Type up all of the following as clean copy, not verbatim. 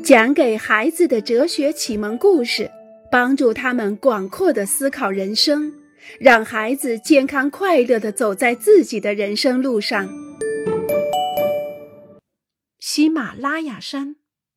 讲给孩子的哲学启蒙故事，帮助他们广阔地思考人生，让孩子健康快乐地走在自己的人生路上。喜马拉雅山。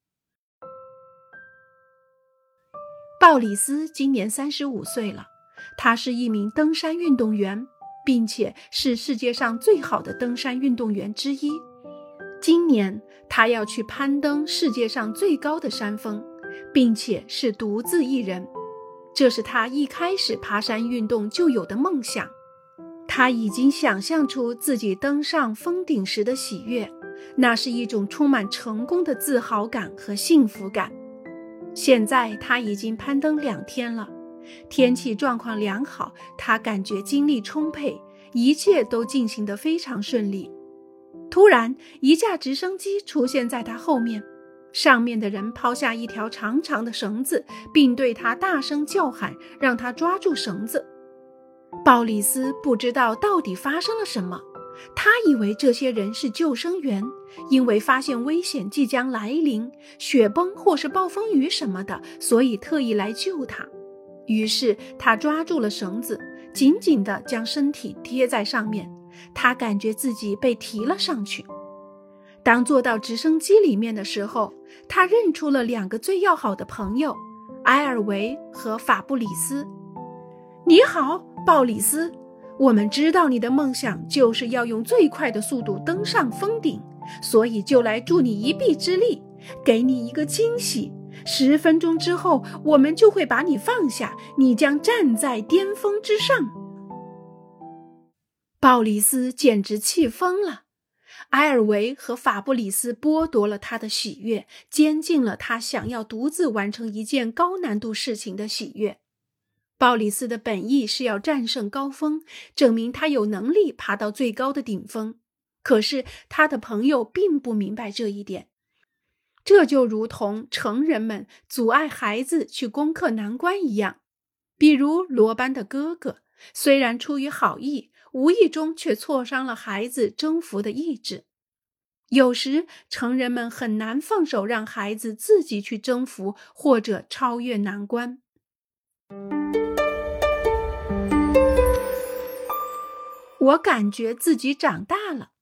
鲍里斯今年35岁了，他是一名登山运动员，并且是世界上最好的登山运动员之一。今年他要去攀登世界上最高的山峰，并且是独自一人。这是他一开始爬山运动就有的梦想。他已经想象出自己登上峰顶时的喜悦，那是一种充满成功的自豪感和幸福感。现在他已经攀登2天了，天气状况良好，他感觉精力充沛，一切都进行得非常顺利。突然，一架直升机出现在他后面，上面的人抛下一条长长的绳子，并对他大声叫喊，让他抓住绳子。鲍里斯不知道到底发生了什么，他以为这些人是救生员，因为发现危险即将来临，雪崩或是暴风雨什么的，所以特意来救他。于是他抓住了绳子，紧紧地将身体贴在上面，他感觉自己被提了上去。当坐到直升机里面的时候，他认出了2个最要好的朋友，埃尔维和法布里斯。你好，鲍里斯，我们知道你的梦想就是要用最快的速度登上峰顶，所以就来助你一臂之力，给你一个惊喜。10分钟之后，我们就会把你放下，你将站在巅峰之上。鲍里斯简直气疯了，埃尔维和法布里斯剥夺了他的喜悦，监禁了他想要独自完成一件高难度事情的喜悦。鲍里斯的本意是要战胜高峰，证明他有能力爬到最高的顶峰。可是他的朋友并不明白这一点。这就如同成人们阻碍孩子去攻克难关一样。比如罗班的哥哥，虽然出于好意，无意中却挫伤了孩子征服的意志。有时成人们很难放手让孩子自己去征服或者超越难关。我感觉自己长大了。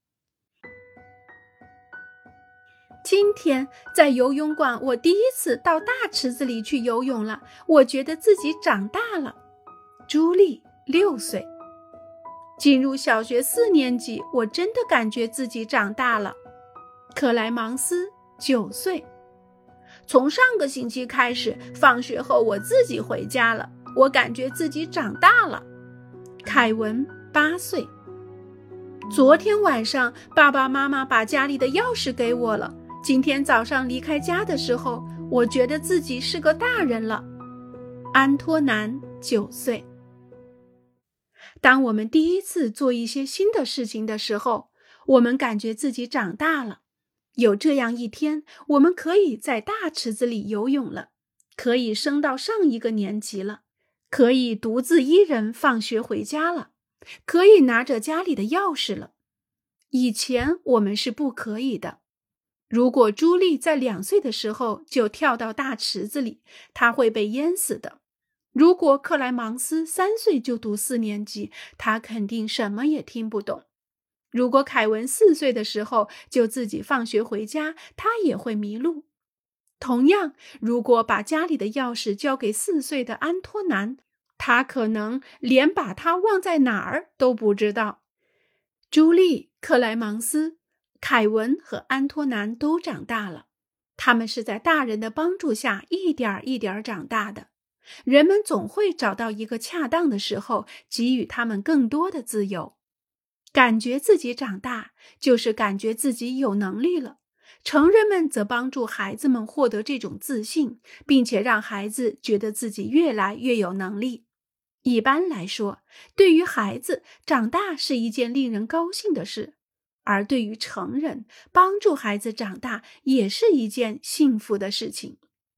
今天在游泳馆，我第一次到大池子里去游泳了，我觉得自己长大了。朱莉6岁。进入小学4年级，我真的感觉自己长大了。克莱芒斯9岁。从上个星期开始，放学后我自己回家了，我感觉自己长大了。凯文8岁。昨天晚上，爸爸妈妈把家里的钥匙给我了。今天早上离开家的时候，我觉得自己是个大人了。安托南9岁。当我们第一次做一些新的事情的时候，我们感觉自己长大了。有这样一天，我们可以在大池子里游泳了，可以升到上一个年级了，可以独自一人放学回家了，可以拿着家里的钥匙了。以前我们是不可以的。如果朱莉在2岁的时候就跳到大池子里，她会被淹死的。如果克莱芒斯3岁就读4年级，他肯定什么也听不懂。如果凯文4岁的时候就自己放学回家，他也会迷路。同样，如果把家里的钥匙交给4岁的安托南，他可能连把它忘在哪儿都不知道。朱莉、克莱芒斯、凯文和安托南都长大了，他们是在大人的帮助下一点一点长大的。人们总会找到一个恰当的时候，给予他们更多的自由。感觉自己长大，就是感觉自己有能力了。成人们则帮助孩子们获得这种自信，并且让孩子觉得自己越来越有能力。一般来说，对于孩子，长大是一件令人高兴的事，而对于成人，帮助孩子长大也是一件幸福的事情。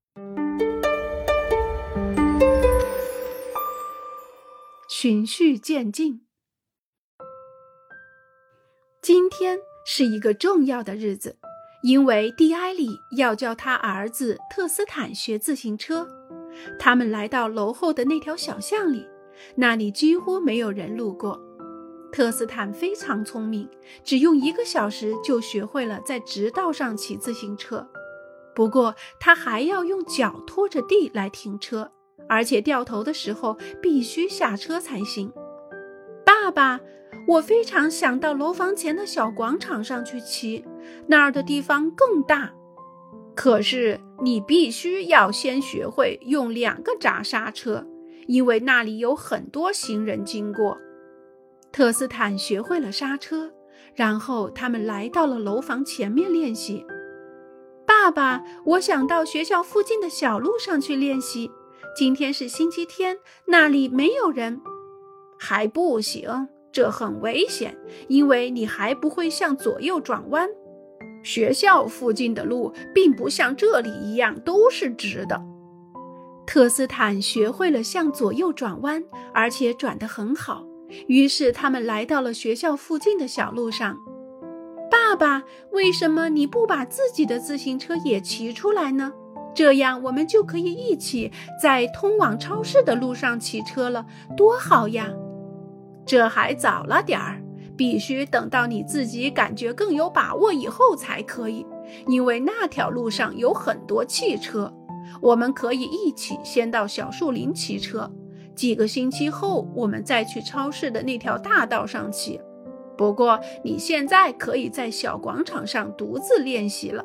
循序渐进。今天是一个重要的日子， 因为蒂埃里要教他儿子特斯坦学自行车。他们来到楼后的那条小巷里，那里几乎没有人路过。特斯坦非常聪明，只用1个小时就学会了在直道上骑自行车。不过他还要用脚拖着地来停车，而且掉头的时候必须下车才行。爸爸，我非常想到楼房前的小广场上去骑，那儿的地方更大。可是你必须要先学会用2个闸刹车，因为那里有很多行人经过。特斯坦学会了刹车，然后他们来到了楼房前面练习。爸爸，我想到学校附近的小路上去练习。今天是星期天，那里没有人。还不行，这很危险，因为你还不会向左右转弯。学校附近的路并不像这里一样都是直的。特斯坦学会了向左右转弯，而且转得很好。于是他们来到了学校附近的小路上。爸爸，为什么你不把自己的自行车也骑出来呢？这样我们就可以一起在通往超市的路上骑车了，多好呀！这还早了点儿，必须等到你自己感觉更有把握以后才可以，因为那条路上有很多汽车。我们可以一起先到小树林骑车，几个星期后我们再去超市的那条大道上骑。不过你现在可以在小广场上独自练习了。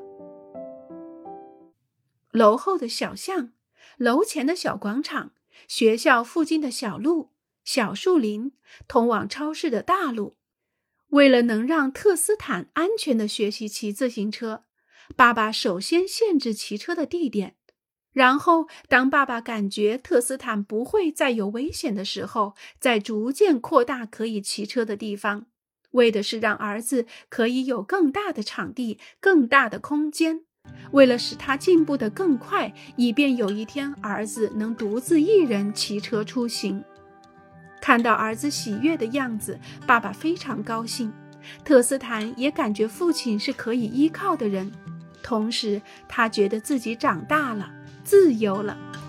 楼后的小巷，楼前的小广场，学校附近的小路，小树林，通往超市的大路。为了能让特斯坦安全地学习骑自行车，爸爸首先限制骑车的地点，然后当爸爸感觉特斯坦不会再有危险的时候，再逐渐扩大可以骑车的地方，为的是让儿子可以有更大的场地，更大的空间，为了使他进步得更快，以便有一天儿子能独自一人骑车出行。看到儿子喜悦的样子，爸爸非常高兴。特斯坦也感觉父亲是可以依靠的人，同时他觉得自己长大了，自由了。